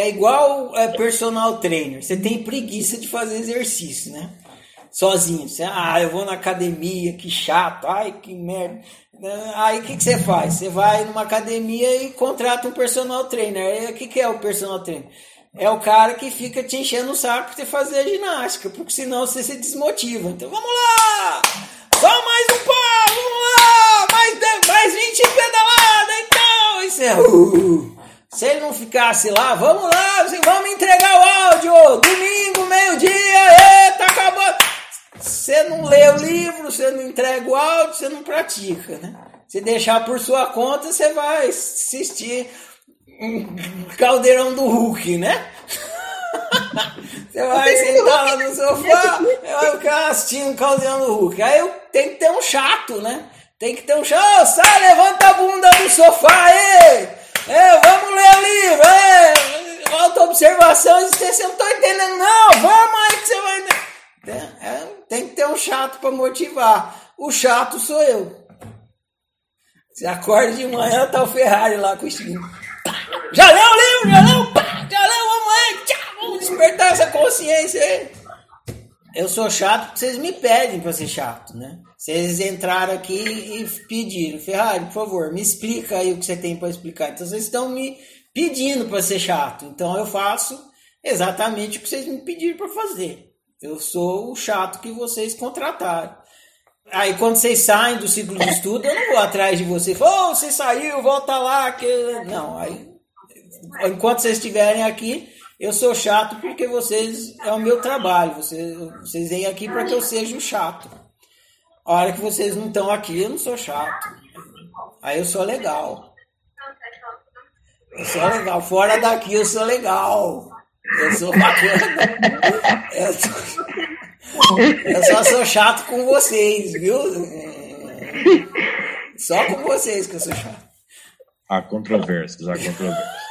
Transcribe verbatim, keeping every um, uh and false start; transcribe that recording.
é igual é, personal trainer. Você tem preguiça de fazer exercício, né? Sozinho. Você, ah, eu vou na academia, que chato. Ai, que merda. Aí o que, que você faz? Você vai numa academia e contrata um personal trainer. Aí o que, que é o personal trainer? É o cara que fica te enchendo o saco pra você fazer a ginástica, porque senão você se desmotiva. Então vamos lá! Só mais um pau! Vamos lá! Mais, mais vinte pedaladas, então! E você, uh, se ele não ficasse lá, vamos lá, vamos entregar o áudio! Domingo, meio-dia, eita, acabou! Você não lê o livro, você não entrega o áudio, você não pratica, né? Se deixar por sua conta, você vai assistir um caldeirão do Hulk, né? Você vai sentar lá no sofá, vai ficar assistindo um caldeirão do Hulk. Aí eu tenho que ter um chato, né? Tem que ter um chato. Oh, sai, levanta a bunda do sofá, ei! É, vamos ler o livro, é! Auto-observação existência, eu não tô entendendo, não! Vamos aí que você vai... É, é, tem que ter um chato para motivar. O chato sou eu. Você acorda de manhã, tá o Ferrari lá com o estilo. Já leu o livro? Já leu? Pá, já leu? Vamos aí, tchau, vamos despertar essa consciência aí. Eu sou chato porque vocês me pedem para ser chato, né? Vocês entraram aqui e pediram, Ferrari, por favor, me explica aí o que você tem para explicar. Então vocês estão me pedindo para ser chato. Então eu faço exatamente o que vocês me pediram para fazer. Eu sou o chato que vocês contrataram. Aí quando vocês saem do ciclo de estudo, eu não vou atrás de você. Oh, você saiu, volta lá. Que... Não, aí enquanto vocês estiverem aqui, eu sou chato porque vocês é o meu trabalho. Vocês, vocês vêm aqui para que eu seja o chato. A hora que vocês não estão aqui, eu não sou chato. Aí eu sou legal. Eu sou legal. Fora daqui eu sou legal. Eu sou bacana. Eu, sou... eu só sou chato com vocês, viu? Só com vocês que eu sou chato. Há controvérsias, há controvérsias.